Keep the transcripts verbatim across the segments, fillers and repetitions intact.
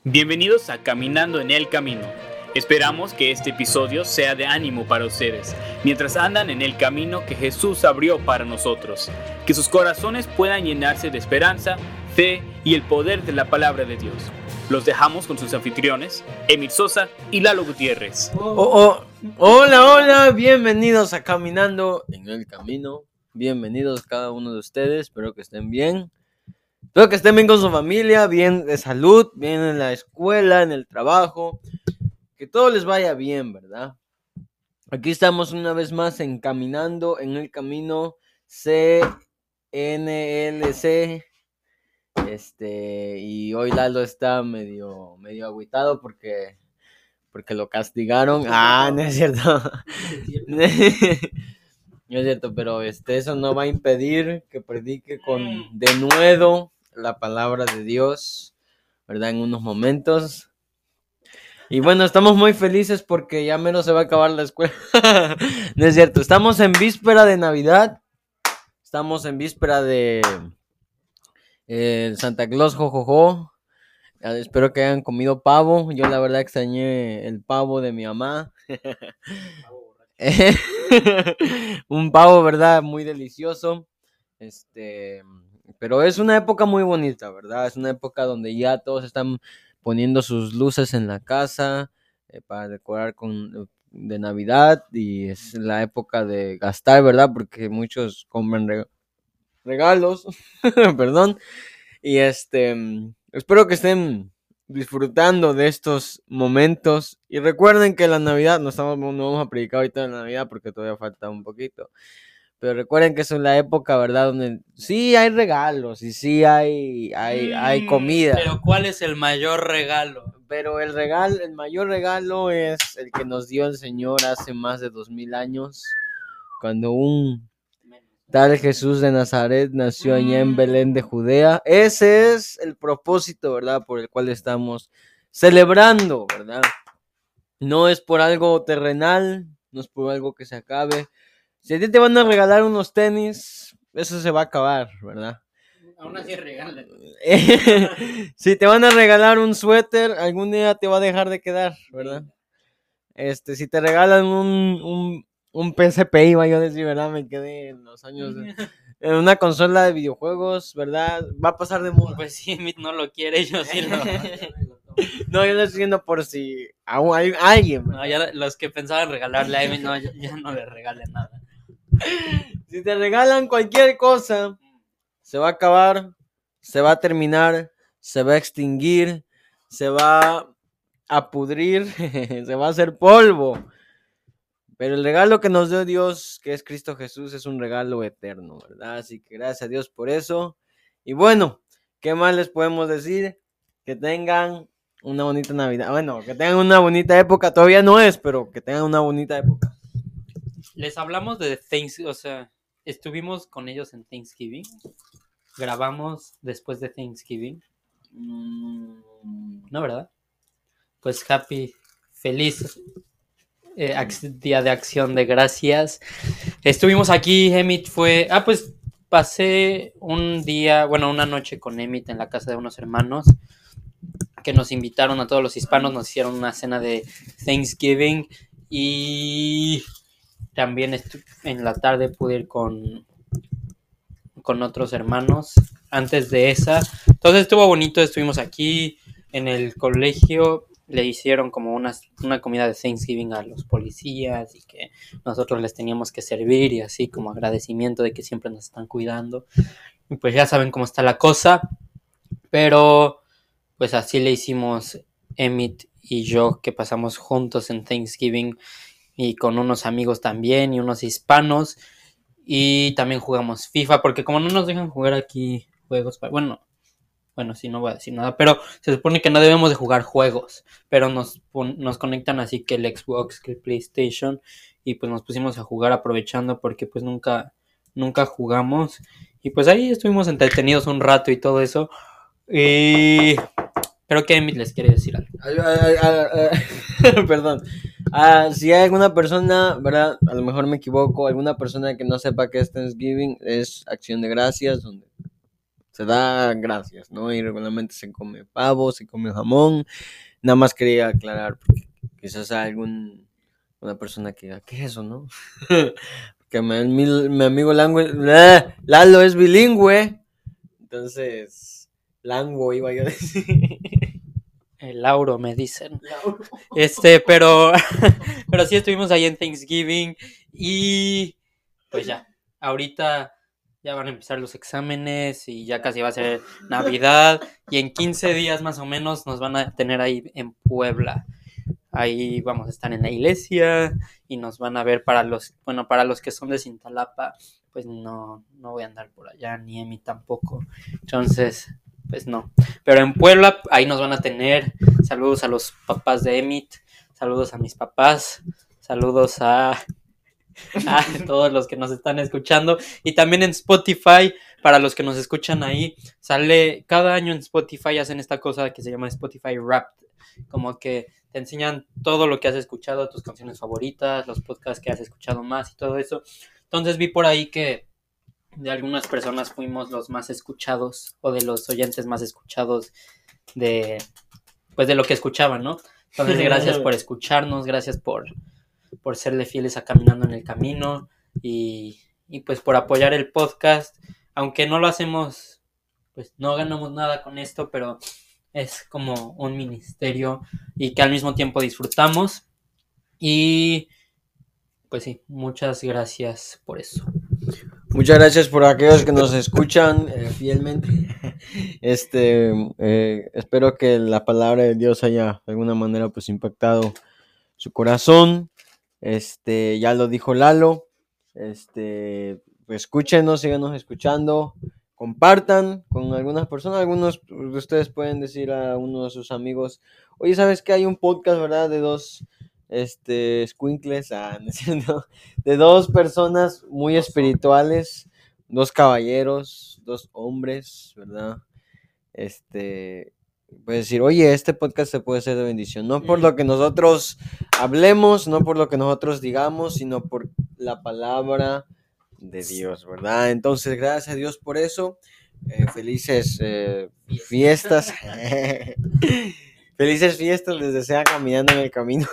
Bienvenidos a Caminando en el Camino. Esperamos que este episodio sea de ánimo para ustedes, mientras andan en el camino que Jesús abrió para nosotros. Que sus corazones puedan llenarse de esperanza, fe y el poder de la palabra de Dios. Los dejamos con sus anfitriones, Emil Sosa y Lalo Gutiérrez. Oh, oh. Hola, hola, bienvenidos a Caminando en el Camino. Bienvenidos cada uno de ustedes, espero que estén bien. Espero que estén bien con su familia, bien de salud, bien en la escuela, en el trabajo. Que todo les vaya bien, ¿verdad? Aquí estamos una vez más en Caminando en el Camino C N L C. Este, y hoy Lalo está medio, medio agüitado porque, porque lo castigaron. Ah, no es cierto. No es cierto, pero este, eso no va a impedir que predique con denuedo la palabra de Dios, ¿verdad? En unos momentos. Y bueno, estamos muy felices porque ya menos se va a acabar la escuela. No es cierto, estamos en víspera de Navidad. Estamos en víspera de eh, Santa Claus jojojo. Espero que hayan comido pavo. Yo la verdad extrañé el pavo de mi mamá. Un pavo, ¿verdad? Muy delicioso. Este, pero es una época muy bonita, ¿verdad? Es una época donde ya todos están poniendo sus luces en la casa eh, para decorar con de Navidad, y es la época de gastar, ¿verdad? Porque muchos compran reg- regalos, perdón. Y este, espero que estén disfrutando de estos momentos. Y recuerden que la Navidad, no, estamos, no vamos a predicar ahorita en la Navidad porque todavía falta un poquito. Pero recuerden que es la época, ¿verdad? Donde sí hay regalos y sí hay, hay, mm, hay comida. Pero ¿cuál es el mayor regalo? Pero el regalo, el mayor regalo es el que nos dio el Señor hace más de dos mil años. Cuando un tal Jesús de Nazaret nació allá en Belén de Judea. Ese es el propósito, ¿verdad? Por el cual estamos celebrando, ¿verdad? No es por algo terrenal, no es por algo que se acabe. Si a ti te van a regalar unos tenis, eso se va a acabar, ¿verdad? Aún así regalan. Si te van a regalar un suéter, algún día te va a dejar de quedar, ¿verdad? Este, si te regalan un, un, un P S P, iba yo a decir, ¿verdad? Me quedé en los años de, en una consola de videojuegos, ¿verdad? Va a pasar de moda. Pues sí, Emit no lo quiere, yo sí lo. No, yo lo estoy diciendo por si aún hay alguien, ¿verdad? No, ya los que pensaban regalarle a Emit, no, ya, ya no le regalen nada. Si te regalan cualquier cosa, se va a acabar, se va a terminar, se va a extinguir, se va a pudrir, se va a hacer polvo. Pero el regalo que nos dio Dios, que es Cristo Jesús, es un regalo eterno, ¿verdad? Así que gracias a Dios por eso. Y bueno, ¿qué más les podemos decir? Que tengan una bonita Navidad. Bueno, que tengan una bonita época. Todavía no es, pero que tengan una bonita época. Les hablamos de Thanksgiving, o sea, estuvimos con ellos en Thanksgiving. Grabamos después de Thanksgiving. ¿No, verdad? Pues happy, feliz eh, día de acción de gracias. Estuvimos aquí, Emit fue... Ah, pues pasé un día, bueno, una noche con Emit en la casa de unos hermanos que nos invitaron a todos los hispanos, nos hicieron una cena de Thanksgiving y también estu- en la tarde pude ir con, con otros hermanos antes de esa. Entonces estuvo bonito, estuvimos aquí en el colegio, le hicieron como una, una comida de Thanksgiving a los policías y que nosotros les teníamos que servir y así como agradecimiento de que siempre nos están cuidando. Y pues ya saben cómo está la cosa, pero pues así le hicimos Emit y yo, que pasamos juntos en Thanksgiving y con unos amigos también y unos hispanos, y también jugamos FIFA porque como no nos dejan jugar aquí juegos, bueno, bueno, sí, no voy a decir nada, pero se supone que no debemos de jugar juegos, pero nos, nos conectan así que el Xbox, que el PlayStation, y pues nos pusimos a jugar aprovechando porque pues nunca, nunca jugamos, y pues ahí estuvimos entretenidos un rato y todo eso, y creo que Emit les quiere decir algo. Ay, ay, ay, ay, perdón. Ah, si hay alguna persona, ¿verdad? A lo mejor me equivoco, alguna persona que no sepa qué es Thanksgiving, es acción de gracias, donde se da gracias, ¿no? Y regularmente se come pavo, se come jamón. Nada más quería aclarar, porque quizás hay algún, una persona que diga, ¿qué es eso, no? Que mi, mi, mi amigo Lango, Lalo es bilingüe, entonces, Lango iba yo a decir. El Lauro, me dicen. Lauro. Este, pero, pero sí estuvimos ahí en Thanksgiving y pues ya, ahorita ya van a empezar los exámenes y ya casi va a ser Navidad y en quince días más o menos nos van a tener ahí en Puebla. Ahí vamos a estar en la iglesia y nos van a ver para los, bueno, para los que son de Cintalapa, pues no, no voy a andar por allá, ni Emi tampoco. Entonces, pues no. Pero en Puebla, ahí nos van a tener. Saludos a los papás de Emit, saludos a mis papás, saludos a, a todos los que nos están escuchando. Y también en Spotify, para los que nos escuchan ahí, sale cada año en Spotify, hacen esta cosa que se llama Spotify Wrapped, como que te enseñan todo lo que has escuchado, tus canciones favoritas, los podcasts que has escuchado más y todo eso. Entonces vi por ahí que de algunas personas fuimos los más escuchados o de los oyentes más escuchados de, pues de lo que escuchaban, ¿no? Entonces gracias por escucharnos, gracias por, por serle fieles a Caminando en el Camino y, y pues por apoyar el podcast, aunque no lo hacemos, pues no ganamos nada con esto, pero es como un ministerio y que al mismo tiempo disfrutamos y pues sí, muchas gracias por eso. Muchas gracias por aquellos que nos escuchan eh, fielmente. Este, eh, espero que la palabra de Dios haya de alguna manera pues impactado su corazón. Este, ya lo dijo Lalo. Este, pues escúchenos, síganos escuchando, compartan con algunas personas. Algunos de ustedes pueden decir a uno de sus amigos, oye, ¿sabes que hay un podcast, verdad? De dos este squinkles, ah, ¿no? De dos personas muy espirituales, dos caballeros, dos hombres, ¿verdad? Este, puedes decir, oye, este podcast se puede ser de bendición, no por lo que nosotros hablemos, no por lo que nosotros digamos, sino por la palabra de Dios, ¿verdad? Entonces, gracias a Dios por eso. Eh, felices eh, fiestas. Felices fiestas les desea Caminando en el Camino.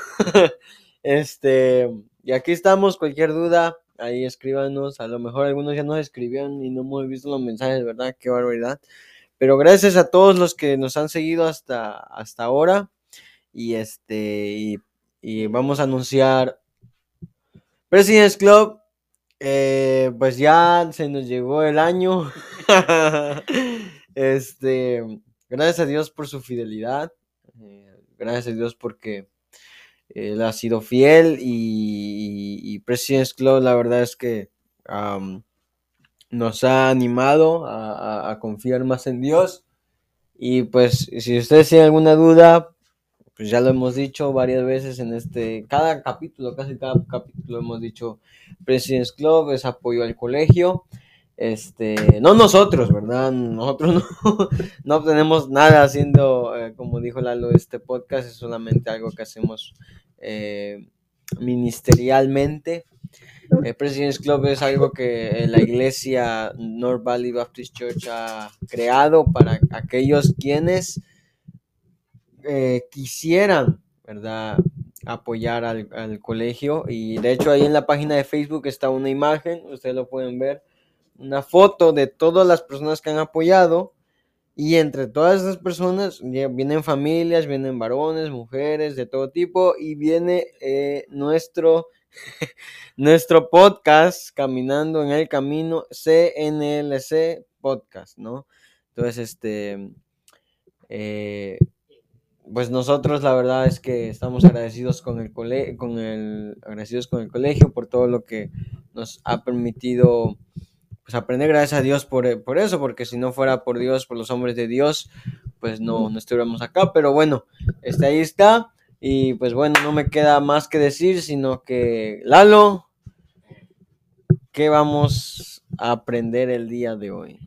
Este, y aquí estamos, cualquier duda, ahí escríbanos. A lo mejor algunos ya nos escribieron y no hemos visto los mensajes, ¿verdad? Qué barbaridad. Pero gracias a todos los que nos han seguido hasta, hasta ahora. Y este, y, y vamos a anunciar President's Club. Eh, pues ya se nos llegó el año. Este, gracias a Dios por su fidelidad. Eh, gracias a Dios porque él ha sido fiel y, y, y President's Club, la verdad es que um, nos ha animado a, a, a confiar más en Dios. Y pues si ustedes tienen alguna duda, pues ya lo hemos dicho varias veces en este, cada capítulo, casi cada capítulo hemos dicho, President's Club es apoyo al colegio. Este, no nosotros, ¿verdad? Nosotros no, no obtenemos nada haciendo, eh, como dijo Lalo, este podcast es solamente algo que hacemos eh, ministerialmente. Eh, President's Club es algo que la iglesia North Valley Baptist Church ha creado para aquellos quienes eh, quisieran, ¿verdad?, apoyar al, al colegio. Y de hecho ahí en la página de Facebook está una imagen, ustedes lo pueden ver, una foto de todas las personas que han apoyado, y entre todas esas personas vienen familias, vienen varones, mujeres de todo tipo, y viene eh, nuestro nuestro podcast Caminando en el Camino, C N L C Podcast, ¿no? Entonces, este eh, pues nosotros la verdad es que estamos agradecidos con el cole- con el agradecidos con el colegio por todo lo que nos ha permitido pues aprender. Gracias a Dios por, por eso, porque si no fuera por Dios, por los hombres de Dios, pues no, no estuviéramos acá. Pero bueno, este, ahí está. Y pues bueno, no me queda más que decir, sino que, Lalo, ¿qué vamos a aprender el día de hoy?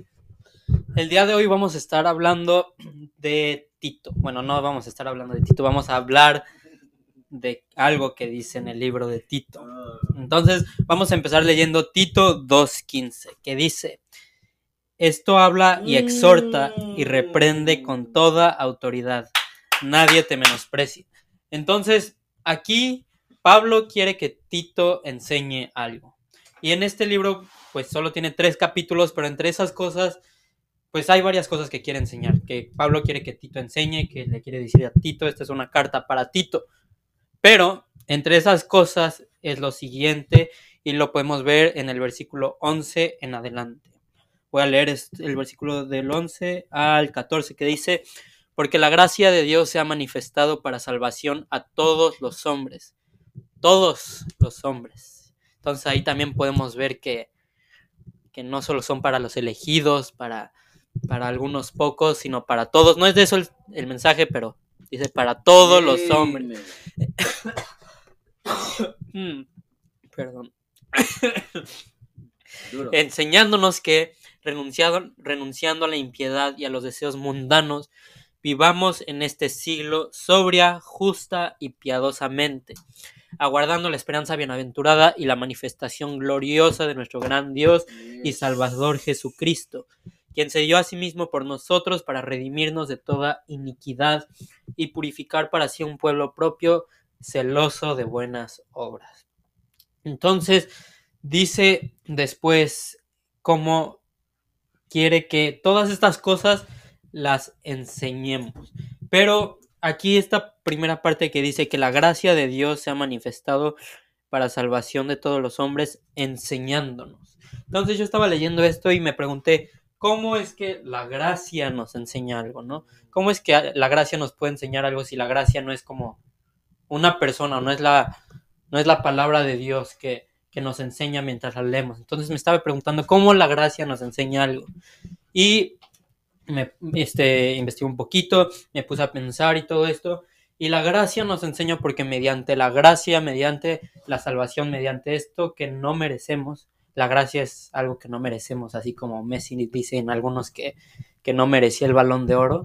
El día de hoy vamos a estar hablando de Tito. Bueno, no vamos a estar hablando de Tito, vamos a hablar de algo que dice en el libro de Tito. Entonces, vamos a empezar leyendo Tito dos quince, que dice: esto habla y exhorta y reprende con toda autoridad. Nadie te menosprecie. Entonces, aquí Pablo quiere que Tito enseñe algo. Y en este libro, pues solo tiene tres capítulos, pero entre esas cosas, pues hay varias cosas que quiere enseñar. Que Pablo quiere que Tito enseñe, que le quiere decir a Tito, esta es una carta para Tito. Pero entre esas cosas es lo siguiente, y lo podemos ver en el versículo once en adelante. Voy a leer el versículo del once al catorce, que dice: porque la gracia de Dios se ha manifestado para salvación a todos los hombres. Todos los hombres. Entonces ahí también podemos ver que, que no solo son para los elegidos, para, para algunos pocos, sino para todos. No es de eso el, el mensaje, pero dice para todos los hombres. mm, perdón. Enseñándonos que renunciado, renunciando a la impiedad y a los deseos mundanos, vivamos en este siglo sobria, justa y piadosamente, aguardando la esperanza bienaventurada y la manifestación gloriosa de nuestro gran Dios y Salvador Jesucristo, quien se dio a sí mismo por nosotros para redimirnos de toda iniquidad y purificar para sí un pueblo propio, celoso de buenas obras. Entonces, dice después cómo quiere que todas estas cosas las enseñemos. Pero aquí esta primera parte que dice que la gracia de Dios se ha manifestado para salvación de todos los hombres, enseñándonos. Entonces yo estaba leyendo esto y me pregunté, ¿cómo es que la gracia nos enseña algo, no? ¿Cómo es que la gracia nos puede enseñar algo si la gracia no es como una persona, no es la, no es la palabra de Dios que, que nos enseña mientras la leemos? Entonces me estaba preguntando cómo la gracia nos enseña algo. Y me este, investigué un poquito, me puse a pensar y todo esto. Y la gracia nos enseña porque mediante la gracia, mediante la salvación, mediante esto que no merecemos, la gracia es algo que no merecemos, así como Messi dice en algunos que, que no merecía el Balón de Oro.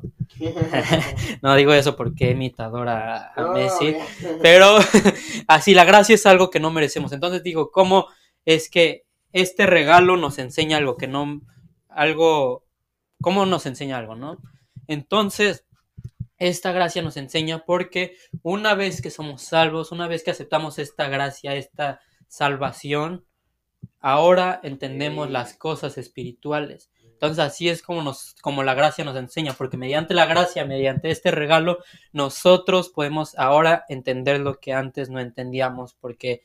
No digo eso porque imitador a, a Messi, pero así la gracia es algo que no merecemos. Entonces digo, ¿cómo es que este regalo nos enseña algo que no, algo, cómo nos enseña algo, ¿no? Entonces, esta gracia nos enseña porque una vez que somos salvos, una vez que aceptamos esta gracia, esta salvación, ahora entendemos las cosas espirituales. Entonces así es como, nos, como la gracia nos enseña, porque mediante la gracia, mediante este regalo, nosotros podemos ahora entender lo que antes no entendíamos, porque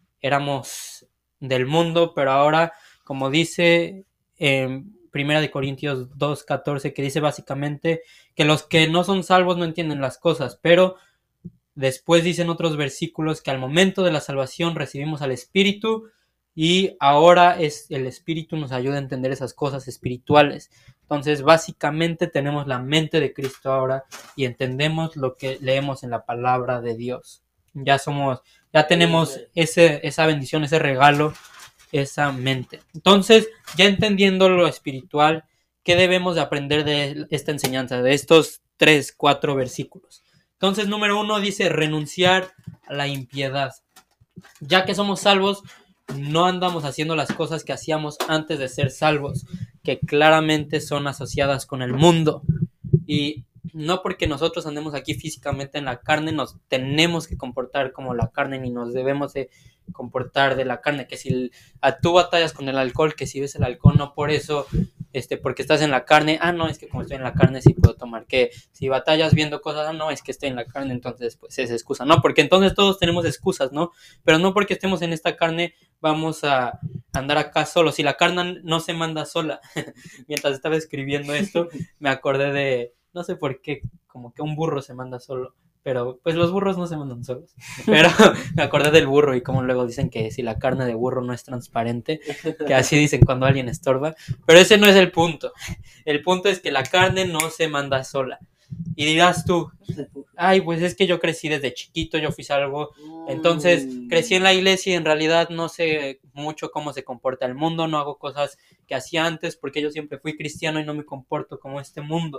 éramos del mundo, pero ahora, como dice en Primera de Corintios dos catorce, que dice básicamente que los que no son salvos no entienden las cosas, pero después dicen otros versículos que al momento de la salvación recibimos al Espíritu, y ahora es el Espíritu nos ayuda a entender esas cosas espirituales. Entonces básicamente tenemos la mente de Cristo ahora y entendemos lo que leemos en la palabra de Dios. Ya somos, ya tenemos ese, esa bendición, ese regalo, esa mente. Entonces, ya entendiendo lo espiritual, ¿qué debemos de aprender de esta enseñanza, de estos tres, cuatro versículos? Entonces, número uno dice renunciar a la impiedad. Ya que somos salvos, no andamos haciendo las cosas que hacíamos antes de ser salvos, que claramente son asociadas con el mundo. Y no porque nosotros andemos aquí físicamente en la carne, nos tenemos que comportar como la carne, ni nos debemos de comportar de la carne. Que si a, tú batallas con el alcohol, que si ves el alcohol, no por eso, este, porque estás en la carne, ah, no, es que como estoy en la carne sí puedo tomar. Que si batallas viendo cosas, ah, no, es que estoy en la carne, entonces pues es excusa. No, porque entonces todos tenemos excusas, ¿no? Pero no porque estemos en esta carne vamos a andar acá solos. Si la carne no se manda sola. Mientras estaba escribiendo esto, me acordé de, no sé por qué, como que un burro se manda solo. Pero pues los burros no se mandan solos. Pero me acordé del burro y como luego dicen que si la carne de burro no es transparente, que así dicen cuando alguien estorba. Pero ese no es el punto. El punto es que la carne no se manda sola. Y dirás tú, ay, pues es que yo crecí desde chiquito, yo fui salvo, entonces crecí en la iglesia y en realidad no sé mucho cómo se comporta el mundo, no hago cosas que hacía antes porque yo siempre fui cristiano y no me comporto como este mundo.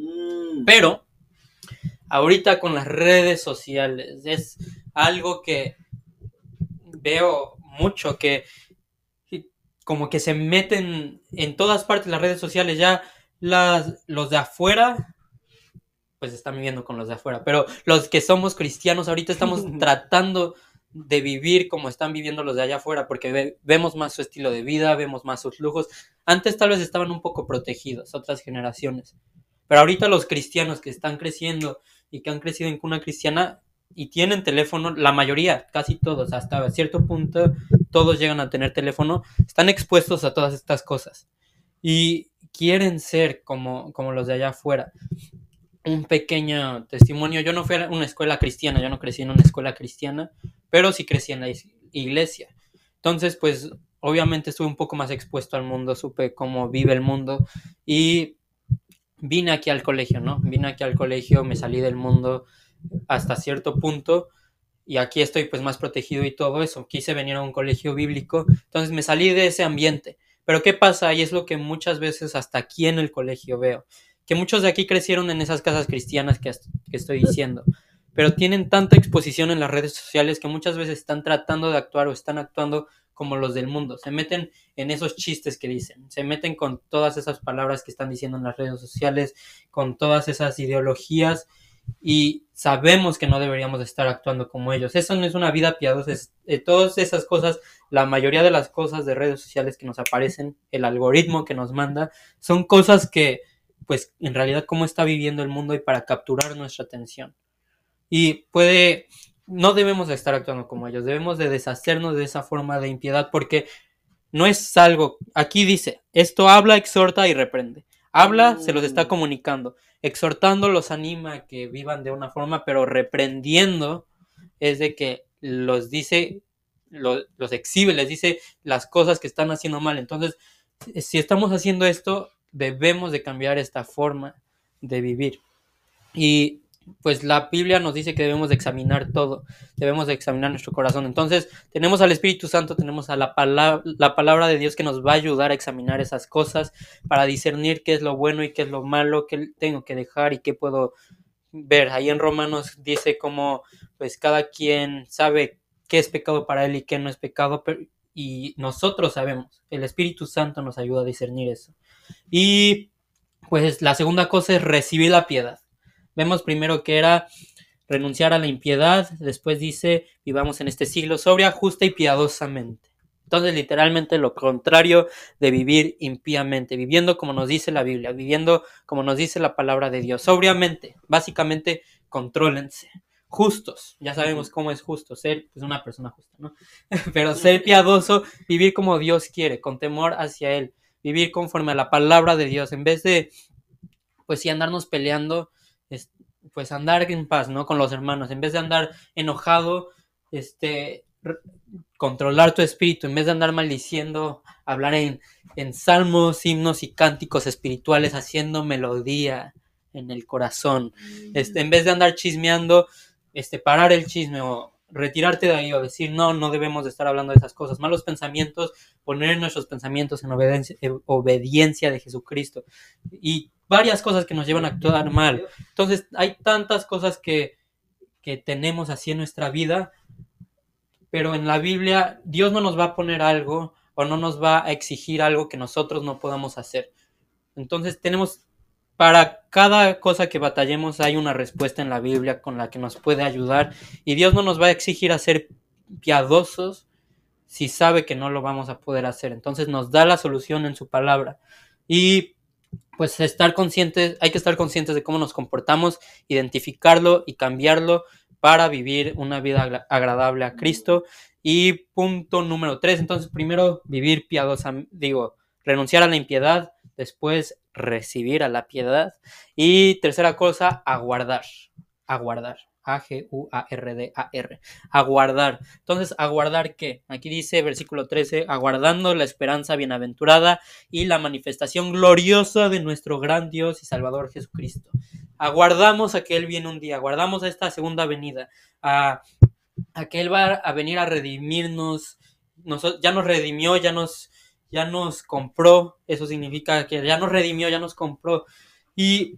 Pero ahorita con las redes sociales es algo que veo mucho, que como que se meten en todas partes las redes sociales. Ya las, los de afuera pues están viviendo con los de afuera, pero los que somos cristianos ahorita estamos tratando de vivir como están viviendo los de allá afuera, porque ve, vemos más su estilo de vida, vemos más sus lujos. Antes tal vez estaban un poco protegidos, otras generaciones, pero ahorita los cristianos que están creciendo y que han crecido en cuna cristiana y tienen teléfono, la mayoría, casi todos, hasta cierto punto, todos llegan a tener teléfono, están expuestos a todas estas cosas y quieren ser como, como los de allá afuera. Un pequeño testimonio: yo no fui a una escuela cristiana, yo no crecí en una escuela cristiana, pero sí crecí en la iglesia. Entonces, pues, obviamente estuve un poco más expuesto al mundo, supe cómo vive el mundo y vine aquí al colegio, ¿no? Vine aquí al colegio, me salí del mundo hasta cierto punto y aquí estoy pues más protegido y todo eso. Quise venir a un colegio bíblico, entonces me salí de ese ambiente. Pero ¿qué pasa? Y es lo que muchas veces hasta aquí en el colegio veo, que muchos de aquí crecieron en esas casas cristianas que, que estoy diciendo, pero tienen tanta exposición en las redes sociales que muchas veces están tratando de actuar o están actuando como los del mundo. Se meten en esos chistes que dicen, se meten con todas esas palabras que están diciendo en las redes sociales, con todas esas ideologías, y sabemos que no deberíamos estar actuando como ellos. Eso no es una vida piadosa. Es, eh, todas esas cosas, la mayoría de las cosas de redes sociales que nos aparecen, el algoritmo que nos manda, son cosas que pues en realidad cómo está viviendo el mundo y para capturar nuestra atención. Y puede, no debemos de estar actuando como ellos, debemos de deshacernos de esa forma de impiedad, porque no es algo, aquí dice, esto habla, exhorta y reprende. Habla, se los está comunicando, exhortando los anima a que vivan de una forma, pero reprendiendo es de que los dice, los, los exhibe, les dice las cosas que están haciendo mal. Entonces, si estamos haciendo esto, debemos de cambiar esta forma de vivir. Y pues la Biblia nos dice que debemos de examinar todo, debemos de examinar nuestro corazón. Entonces tenemos al Espíritu Santo, tenemos a la palabra, la palabra de Dios que nos va a ayudar a examinar esas cosas, para discernir qué es lo bueno y qué es lo malo, qué tengo que dejar y qué puedo ver. Ahí en Romanos dice como pues cada quien sabe qué es pecado para él y qué no es pecado, pero, y nosotros sabemos, el Espíritu Santo nos ayuda a discernir eso. Y pues la segunda cosa es recibir la piedad. Vemos primero que era renunciar a la impiedad, después dice vivamos en este siglo sobria, justa y piadosamente. Entonces literalmente lo contrario de vivir impíamente, viviendo como nos dice la Biblia, viviendo como nos dice la palabra de Dios, sobriamente, básicamente contrólense. Justos, ya sabemos cómo es justo, ser pues una persona justa, ¿no? Pero ser piadoso, vivir como Dios quiere, con temor hacia Él, vivir conforme a la palabra de Dios, en vez de, pues sí, andarnos peleando, es, pues andar en paz, ¿no? Con los hermanos, en vez de andar enojado, este, r- controlar tu espíritu, en vez de andar maldiciendo, hablar en, en salmos, himnos y cánticos espirituales, haciendo melodía en el corazón, este, en vez de andar chismeando, este, parar el chisme o retirarte de ahí o decir no, no debemos de estar hablando de esas cosas, malos pensamientos, poner nuestros pensamientos en obediencia, en obediencia de Jesucristo y varias cosas que nos llevan a actuar mal. Entonces hay tantas cosas que, que tenemos así en nuestra vida, pero en la Biblia Dios no nos va a poner algo o no nos va a exigir algo que nosotros no podamos hacer. Entonces tenemos, para cada cosa que batallemos hay una respuesta en la Biblia con la que nos puede ayudar, y Dios no nos va a exigir a ser piadosos si sabe que no lo vamos a poder hacer. Entonces nos da la solución en su palabra. Y pues estar conscientes, hay que estar conscientes de cómo nos comportamos, identificarlo y cambiarlo para vivir una vida agra- agradable a Cristo. Y punto número tres, entonces primero vivir piadosa, digo, renunciar a la impiedad, después recibir a la piedad, y tercera cosa, aguardar, aguardar, A G U A R D A R, aguardar. Entonces, ¿aguardar qué? Aquí dice, versículo trece, aguardando la esperanza bienaventurada y la manifestación gloriosa de nuestro gran Dios y Salvador Jesucristo. Aguardamos a que Él viene un día, aguardamos a esta segunda venida, a, a que Él va a venir a redimirnos, nos, ya nos redimió, ya nos, ya nos compró, eso significa que ya nos redimió, ya nos compró, y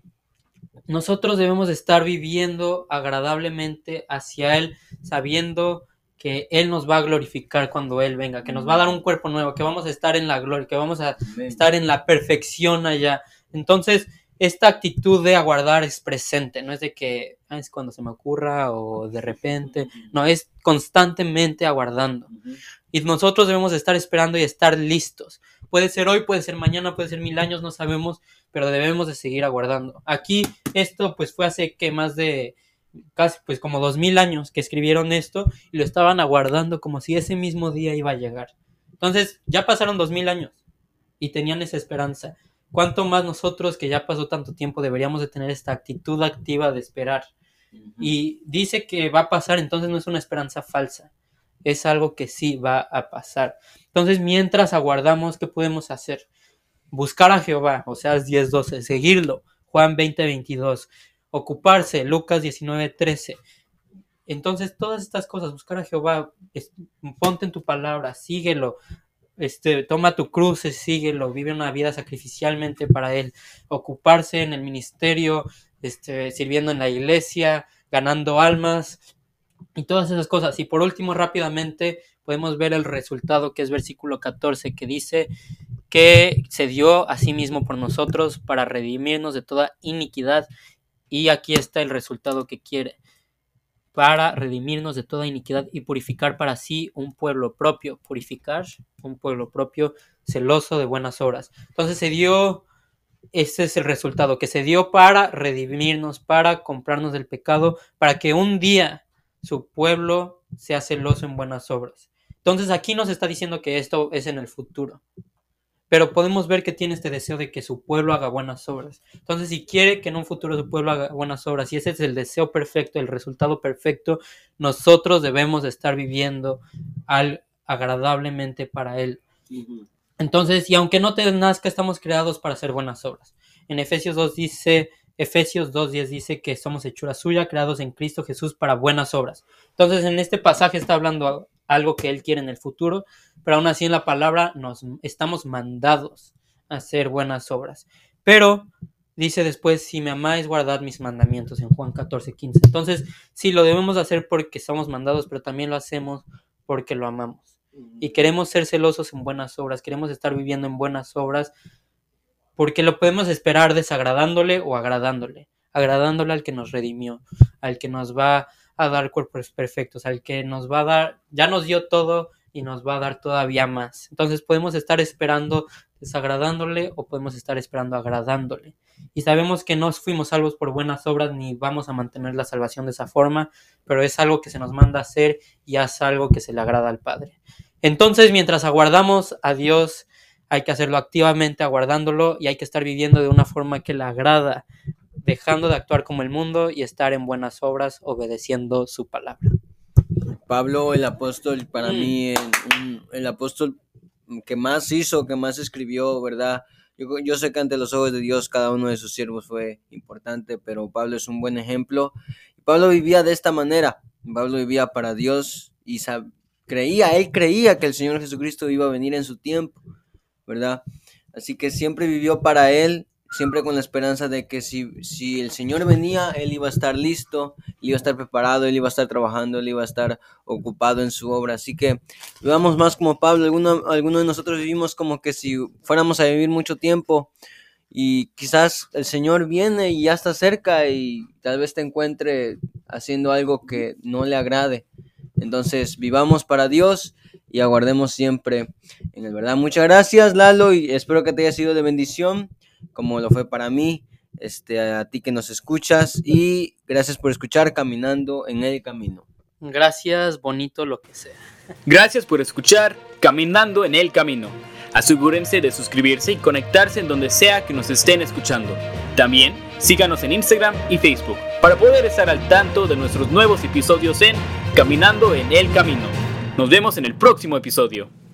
nosotros debemos estar viviendo agradablemente hacia Él, sabiendo que Él nos va a glorificar cuando Él venga, que nos va a dar un cuerpo nuevo, que vamos a estar en la gloria, que vamos a Amén. estar en la perfección allá. Entonces, esta actitud de aguardar es presente, no es de que ah, es cuando se me ocurra o de repente, no, es constantemente aguardando. Y nosotros debemos estar esperando y estar listos. Puede ser hoy, puede ser mañana, puede ser mil años, no sabemos, pero debemos de seguir aguardando. Aquí esto pues fue hace que más de casi pues como dos mil años que escribieron esto y lo estaban aguardando como si ese mismo día iba a llegar. Entonces ya pasaron dos mil años y tenían esa esperanza. ¿Cuánto más nosotros, que ya pasó tanto tiempo, deberíamos de tener esta actitud activa de esperar? Uh-huh. Y dice que va a pasar, entonces no es una esperanza falsa. Es algo que sí va a pasar. Entonces, mientras aguardamos, ¿qué podemos hacer? Buscar a Jehová, Oseas diez doce, seguirlo, Juan veinte veintidós, ocuparse, Lucas diecinueve trece. Entonces, todas estas cosas, buscar a Jehová, es, ponte en tu palabra, síguelo. Este, toma tu cruz, síguelo, vive una vida sacrificialmente para Él, ocuparse en el ministerio, este, sirviendo en la iglesia, ganando almas y todas esas cosas. Y por último, rápidamente, podemos ver el resultado, que es versículo catorce, que dice que se dio a sí mismo por nosotros para redimirnos de toda iniquidad, y aquí está el resultado que quiere: para redimirnos de toda iniquidad y purificar para sí un pueblo propio, purificar un pueblo propio, celoso de buenas obras. Entonces se dio, ese es el resultado, que se dio para redimirnos, para comprarnos del pecado, para que un día su pueblo sea celoso en buenas obras. Entonces aquí nos está diciendo que esto es en el futuro, pero podemos ver que tiene este deseo de que su pueblo haga buenas obras. Entonces, si quiere que en un futuro su pueblo haga buenas obras, y ese es el deseo perfecto, el resultado perfecto, nosotros debemos de estar viviendo al, agradablemente para Él. Uh-huh. Entonces, y aunque no te nazca, estamos creados para hacer buenas obras. En Efesios dos dice, Efesios dos diez dice que somos hechura suya, creados en Cristo Jesús para buenas obras. Entonces, en este pasaje está hablando algo que Él quiere en el futuro, pero aún así en la palabra nos estamos mandados a hacer buenas obras. Pero dice después, si me amáis, guardad mis mandamientos, en Juan catorce quince. Entonces, sí, lo debemos hacer porque somos mandados, pero también lo hacemos porque lo amamos. Y queremos ser celosos en buenas obras, queremos estar viviendo en buenas obras, porque lo podemos esperar desagradándole o agradándole. Agradándole al que nos redimió, al que nos va a dar cuerpos perfectos, al que nos va a dar, ya nos dio todo y nos va a dar todavía más. Entonces podemos estar esperando desagradándole o podemos estar esperando agradándole. Y sabemos que no fuimos salvos por buenas obras ni vamos a mantener la salvación de esa forma, pero es algo que se nos manda a hacer y es algo que se le agrada al Padre. Entonces, mientras aguardamos a Dios, hay que hacerlo activamente, aguardándolo, y hay que estar viviendo de una forma que le agrada, dejando de actuar como el mundo y estar en buenas obras, obedeciendo su palabra. Pablo, el apóstol, para mm. mí, el, el apóstol que más hizo, que más escribió, ¿verdad? Yo, yo sé que ante los ojos de Dios cada uno de sus siervos fue importante, pero Pablo es un buen ejemplo. Pablo vivía de esta manera. Pablo vivía para Dios y sab- creía, él creía que el Señor Jesucristo iba a venir en su tiempo, ¿verdad? Así que siempre vivió para Él, siempre con la esperanza de que si, si el Señor venía, Él iba a estar listo, Él iba a estar preparado, Él iba a estar trabajando, Él iba a estar ocupado en su obra. Así que vivamos más como Pablo. Algunos alguno de nosotros vivimos como que si fuéramos a vivir mucho tiempo y quizás el Señor viene y ya está cerca y tal vez te encuentre haciendo algo que no le agrade. Entonces vivamos para Dios y aguardemos siempre en Él, ¿verdad? Muchas gracias, Lalo, y espero que te haya sido de bendición, como lo fue para mí, este, a ti que nos escuchas, y gracias por escuchar Caminando en el Camino. Gracias, bonito lo que sea. Gracias por escuchar Caminando en el Camino. Asegúrense de suscribirse y conectarse en donde sea que nos estén escuchando. También síganos en Instagram y Facebook para poder estar al tanto de nuestros nuevos episodios en Caminando en el Camino. Nos vemos en el próximo episodio.